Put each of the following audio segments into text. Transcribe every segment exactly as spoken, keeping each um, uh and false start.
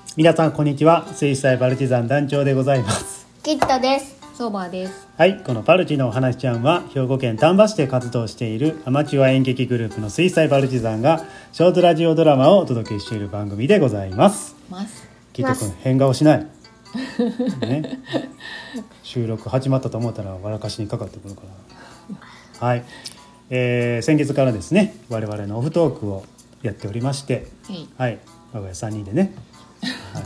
皆さんこんにちは。水彩パルチザン団長でございます。 キットです。ソーバーです。 はい、このパルチのお話ちゃんは兵庫県丹波市で活動しているアマチュア演劇グループの水彩パルチザンがショートラジオドラマをお届けしている番組でございます。 ますキット君変顔しない、ね、収録始まったと思ったら笑かしにかかってくるからはい、えー、先月からですね我々のオフトークをやっておりまして、はい、我が家さんにんでね、はい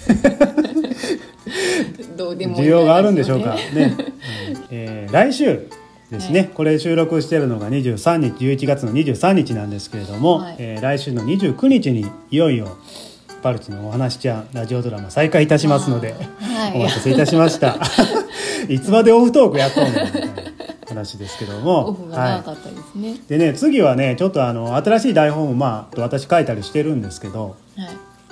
どうでもいい需要があるんでしょうかね、うんえー、来週ですね、はい、これ収録しているのがにじゅうさんにちじゅういちがつのにじゅうさんにちなんですけれども、はい、えー、来週のにじゅうくにちにいよいよパルチのお話ちゃんラジオドラマ再開いたしますので、はい、お待たせいたしましたいつまでオフトークやっとんのみたいな話ですけども、 オフが長かったですね、はい、 でね次はねちょっとあの新しい台本をまあ私書いたりしてるんですけど、はい、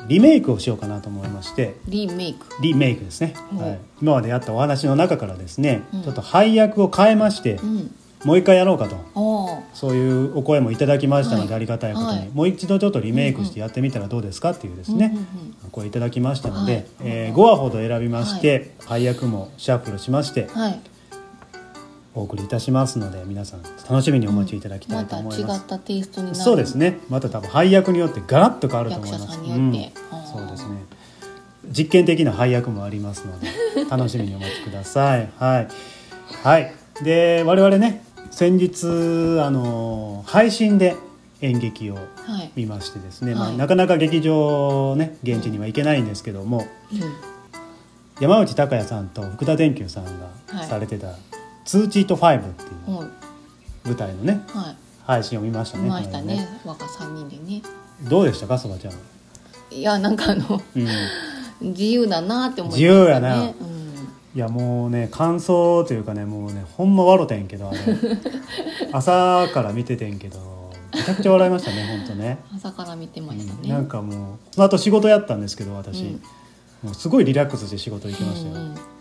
リメイクをしようかなと思いまして。 リメイクリメイクですね、はい、今までやったお話の中からですね、うん、ちょっと配役を変えまして、うん、もう一回やろうかと、そういうお声もいただきましたので、はい、ありがたいことに、はい、もう一度ちょっとリメイクしてやってみたらどうですかっていうですね、うんうんうん、声いただきましたので、はい、えー、ごわほど選びまして、はい、配役もシャッフルしまして、はい、お送りいたしますので皆さん楽しみにお待ちいただきたいと思います、うん、 また違ったテイストになる。 そうですね、また多分配役によってガラッと変わると思います。 役者さんによって、 うん、そうですね、実験的な配役もありますので楽しみにお待ちくださいはい、はい、で我々ね先日あの配信で演劇を見ましてですね、はい、まあ、なかなか劇場ね現地には行けないんですけども、うん、山内孝也さんと福田電球さんがされてた、はい、ツーチートファイブっていう舞台のね、はい、配信を見ましたね。 見ましたね、若さんにんでね。 どうでしたか、そばちゃん。 いやなんかあの、うん、自由だなって思いましたね。 自由やな、うん、いやもうね感想というかねもうねほんま笑てんけどあれ朝から見ててんけどめちゃくちゃ笑いましたね本当ね。 朝から見てましたね、 うん、なんかもうその後仕事やったんですけど私、うん、もうすごいリラックスして仕事行きましたよ、うんうんうん、いや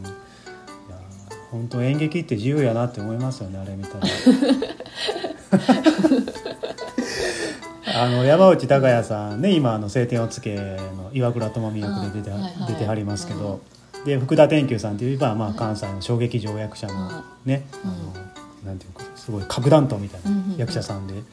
本当演劇って自由やなって思いますよねあれ見たらあの山内孝也さんね今あの青天を衝けの岩倉智美役で出て、はいはい、出てはりますけど、うん、で福田天球さんといえば、まあ、関西の小劇場役者のね、うん、あのなんていうかすごい核弾頭みたいな役者さんで、うん、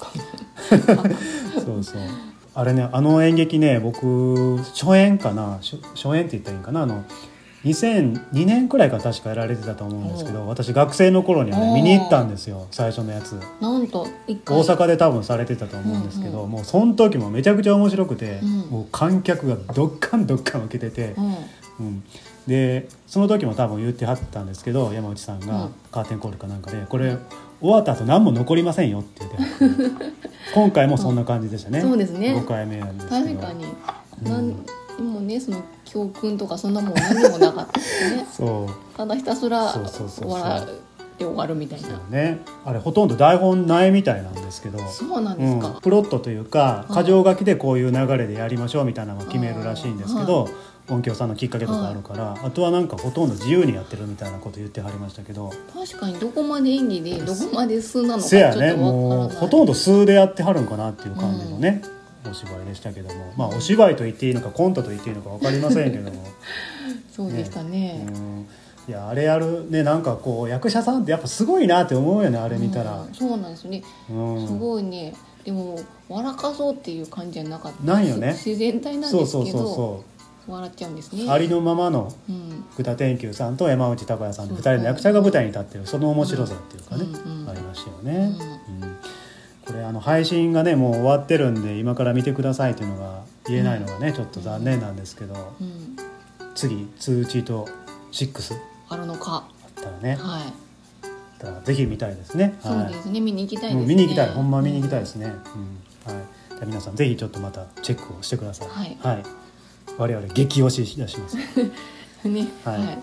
そうそうあれねあの演劇ね僕初演かな 初, 初演って言ったらいいんかなあのにせんにねんくらいから確かやられてたと思うんですけど、私学生の頃にはね見に行ったんですよ最初のやつ。 なんと大阪で多分されてたと思うんですけど、うんうん、もうその時もめちゃくちゃ面白くて、うん、もう観客がドッカンドッカン受けてて、うんうん、でその時も多分言ってはったんですけど山内さんがカーテンコールかなんかでこれ終わった後何も残りませんよって言って今回もそんな感じでしたね、 うん、そうですね、 ごかいめなんですけど確かに、うん、なんでもねその教訓とかそんなもん何もなかったですねそうただひたすら笑って終わるみたいな。そうね、あれほとんど台本ないみたいなんですけど。 そうなんですか、 うん、プロットというか箇条書きでこういう流れでやりましょうみたいなのを決めるらしいんですけど、音響さんのきっかけとかあるから、あとはなんかほとんど自由にやってるみたいなこと言ってはりましたけど、 確かにどこまで演技でどこまで数なのかちょっと分からない。せやね、もうほとんど数でやってはるんかなっていう感じのね、うん、お芝居でしたけども、まあお芝居と言っていいのかコントと言っていいのか分かりませんけどもそうでしたね、 うん、いやあれやるねなんかこう役者さんってやっぱすごいなって思うよねあれ見たら、 うん、そうなんですね、うん、すごいね。でも笑かそうっていう感じじゃなかった。 ないよね、 自然体なんですけど、 そうそうそうそう笑っちゃうんですね。 ありのままの福田天球さんと山内孝也さんのふたりの役者が舞台に立ってるその面白さっていうかね、うんうん、ありましたよね、うんうん、これあの配信がねもう終わってるんで今から見てくださいっていうのが言えないのがね、うん、ちょっと残念なんですけど、うん、次ツーチートシックスあるのかあったらね、 はい、 だからぜひ見たいですね。 そうですね、はい、見に行きたいですね、 うん、見に行きたい、ほんま見に行きたいですね、うんはい、じゃあ皆さんぜひちょっとまたチェックをしてください。はい、はい、我々激推ししだしますね、 はいはい、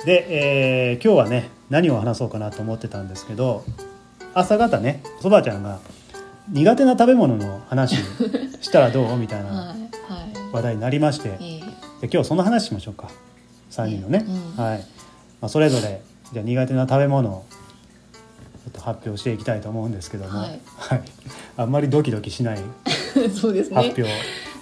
で、えー、今日はね何を話そうかなと思ってたんですけど、朝方ねそばちゃんが苦手な食べ物の話したらどうみたいな話題になりまして、はいはい、で今日その話しましょうかさんにんのね、うんはいまあ、それぞれじゃあ苦手な食べ物をちょっと発表していきたいと思うんですけども、はいはい、あんまりドキドキしないそうですね、 発表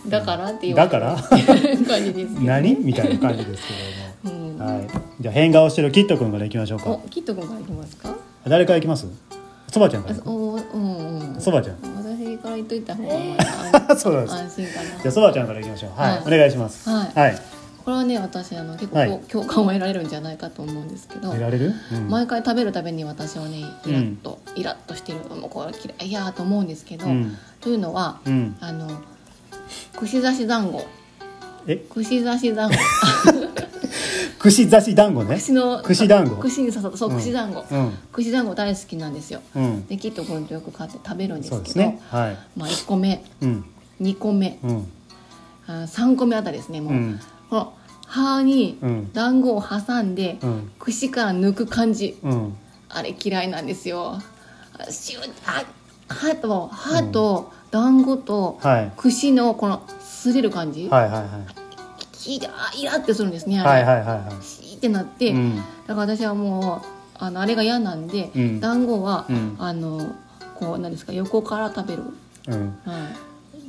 だからって言われるだから感じですけど、ね、 何みたいな感じですけども、うんはい、じゃあ変顔してるキット君からいきましょうか。 おキット君からいきますか。 誰からいきます？そばちゃんからいく。 おうんうん、 そばちゃん私から言っといた方がそうです。 安心かな。 じゃあそばちゃんからいきましょう。はい、はい、お願いします。 はい、 はい、 これはね私あの結構、はい、共感を得られるんじゃないかと思うんですけど、 得られる、うん、 毎回食べるたびに私はねイラッと、うん、イラッとしてるもうこれ嫌いやと思うんですけど、うん、というのは、うん、あの串刺し団子え串刺し団子串刺し団子ね。 串の串団子串に刺さったそう、うん、串団子、うん、串団子大好きなんですよ、うん、できっとこれとよく買って食べるんですけど、そうですね、はい、まあ、いっこめ、うん、にこめ、うん、あさんこめあたりですねもう、うん、この歯に団子を挟んで、うん、串から抜く感じ、うん、あれ嫌いなんですよ。シュッあ歯と歯と団子と串のこの擦れる感じ、はいはいはい、イライラってするんですねあれ、はいはいはいはい、シーってなって、うん、だから私はもうあのあれが嫌なんで、うん、団子は、うん、あのこうなんですか横から食べる、うんはい、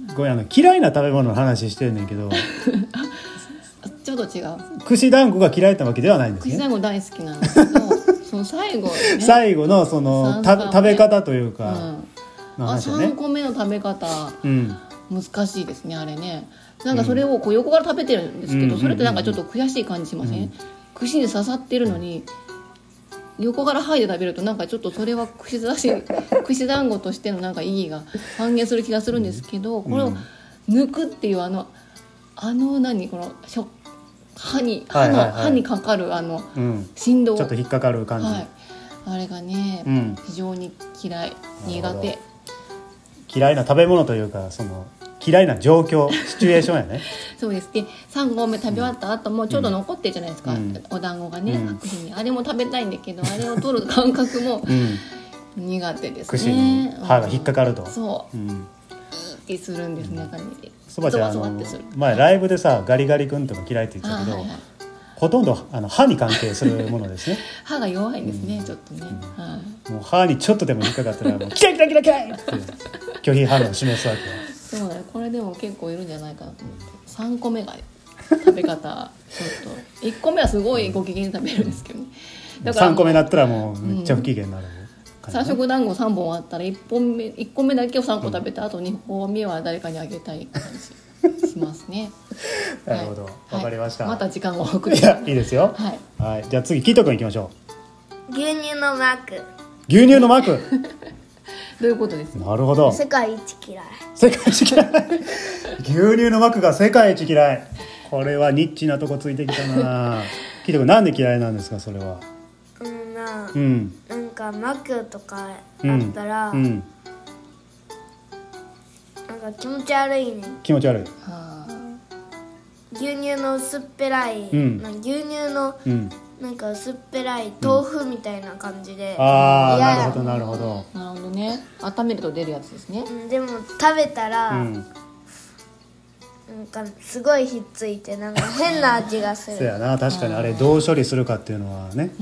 ごめんあの嫌いな食べ物の話してるんだけどちょっと違う。 串団子が嫌いなわけではないんですね。 串団子大好きなんですけどその最後、ね、 最後のそのた食べ方というか、 うん、あさんこめの食べ方、うん、難しいですねあれね。なんかそれをこう横から食べてるんですけど、うん、それってなんかちょっと悔しい感じしません、うん、串に刺さってるのに横から剥いで食べるとなんかちょっとそれは串刺し串団子としてのなんか意義が半減する気がするんですけど、これを抜くっていうあのあの何この食歯に 歯, の、はいはいはい、歯にかかるあの、うん、振動ちょっと引っかかる感じ、はい、 あれがね、うん、非常に嫌い苦手。 嫌いな食べ物というかその嫌いな状況シチュエーションやねそうです。でさんこめ食べ終わった後もちょっと残ってるじゃないですか、うん、お団子がね、うん、白紙にあれも食べたいんだけどあれを取る感覚も苦手ですね。 串に歯が引っかかると、 うん、そう、うん、いいってするんですね、うん、 そばちゃんあの前ライブでさガリガリ君とか嫌いって言ってたけど、はいはい、ほとんどあの歯に関係するものですね歯が弱いんですね、うん、ちょっとね、うんはい、 もう歯にちょっとでも引っかかったらもうキラキラキラキラって拒否反応を示すわけよ。 そうだね、これでも結構いるんじゃないかなと思って、さんこめが食べ方ちょっといっこめはすごいご機嫌に食べるんですけどね。 だからさんこめになったらもうめっちゃ不機嫌になる、 うん、三色団子さんぼんあったら いっぽんめいっこめだけをさんこ食べて、うん、あとにほんめは誰かにあげたい感じしますねなるほど、わ、はい、かりました、 また時間が多くていやいいですよ、はいはい、じゃあ次キット君いきましょう。牛乳のマーク。 牛乳のマークどういうことですか。 なるほど。 世界一嫌い。 世界一嫌い牛乳のマークが世界一嫌い。これはニッチなとこついてきたなキット君なんで嫌いなんですかそれは。 うんな、うん、なんかマークとかあったら、うんうん、なんか気持ち悪いね。 気持ち悪い。 はあ、牛乳の薄っぺらい、うん、牛乳の、うんなんか薄っぺらい豆腐みたいな感じで、 うん、ああなるほどなるほどなるほどね。温めると出るやつですね、 うん、でも食べたら、うん、なんかすごいひっついてなんか変な味がするそうやな確かにあれどう処理するかっていうのはね、うん、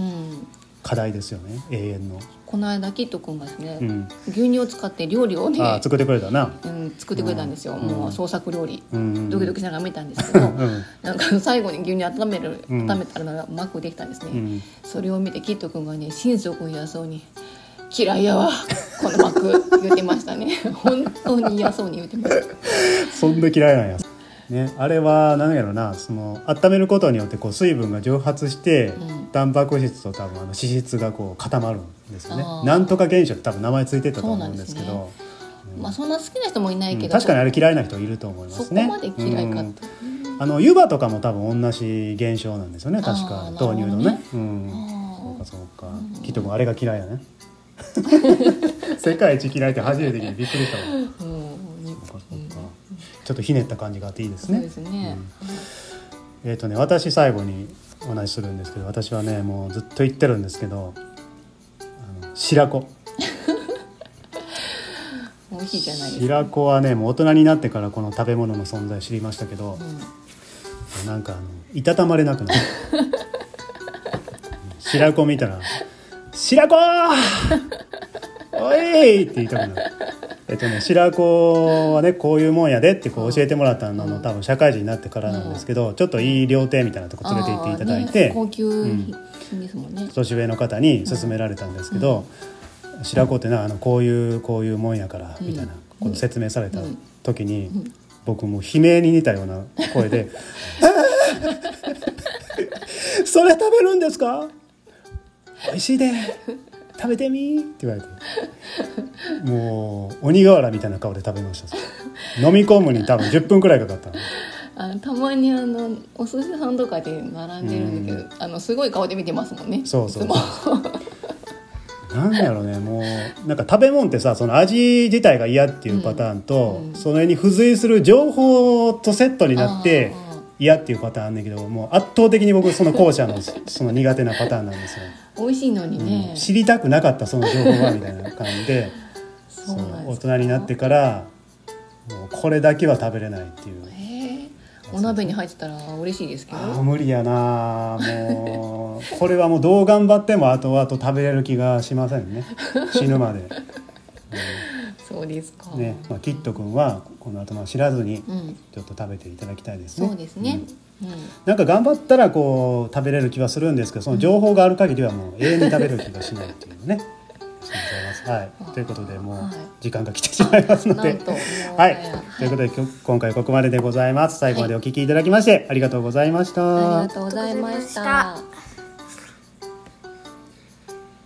課題ですよね永遠の。 この間キット君がですね、うん、牛乳を使って料理をねあ作ってくれたな、 うん、作ってくれたんですよ、うん、もう創作料理、うん、ドキドキしながら見たんですけど、うん、なんか最後に牛乳温める、うん、温めたらなんかマックできたんですね、うん、それを見てキット君がね心底嫌そうに嫌いやわこのマック言ってましたね本当に嫌そうに言ってましたそんな嫌いなんやね、あれは何やろなその温めることによってこう水分が蒸発して、うん、タンパク質と多分あの脂質がこう固まるんですよね。なんとか現象って多分名前ついてたと思うんですけどそ う、ねうんまあ、そんな好きな人もいないけど、 うん、確かにあれ嫌いな人いると思いますね。 そこまで嫌いかって、 うん、あの湯葉とかも多分同じ現象なんですよね確か豆乳のね、うん、そうかそうか、うん、きっともうあれが嫌いやね世界一嫌いって初めて聞いてびっくりしたわ、うんちょっとひねった感じがあっていいですね。 そうですね、 うん、えっとね私最後にお話しするんですけど私はねもうずっと言ってるんですけどあの白子美味しいじゃないですか。 白子はねもう大人になってからこの食べ物の存在を知りましたけど、うん、なんかあのいたたまれなくなる白子見たら白子おいって言いたくなるえっとね、白子はねこういうもんやでってこう教えてもらったのの、うん、多分社会人になってからなんですけど、うん、ちょっといい料亭みたいなとこ連れて行っていただいて、 ね、高級品ですもんね、 うん、年上の方に勧められたんですけど、うん、白子ってのはあのこういうこういうもんやからみたいなこと説明された時に、うんうん、僕も悲鳴に似たような声でそれ食べるんですか、美味しいで食べてみって言われて、もう鬼瓦みたいな顔で食べました。飲み込むに多分じゅっぷんくらいかかったあたまにあのお寿司さんとかで並んでるんだけど、あのすごい顔で見てますもんね。 そうそうそうなんだろうね、もうなんか食べ物ってさ、その味自体が嫌っていうパターンと、うんうん、それに付随する情報とセットになって嫌っていうパターンあんねんけど、もう圧倒的に僕その後者のその苦手なパターンなんですよ。 美味しいのにね、 うん、知りたくなかったその情報はみたいな感じでそう大人になってからもうこれだけは食べれないっていう。 へお鍋に入ってたら嬉しいですけど、 あ無理やな、もうこれはもうどう頑張っても後々食べれる気がしませんね、死ぬまで、うん、 そうですか、 ね、まあ、キット君はこの後まあ知らずにちょっと食べていただきたいですね、 うん、そうですね、うんうん、 なんか頑張ったらこう食べれる気はするんですけど、その情報がある限りはもう永遠に食べれる気がしないっていうねはい、ということでもう時間が来てしまいますので、はい、ということで今回ここまででございます。最後までお聞きいただきましてありがとうございました。 ありがとうございました。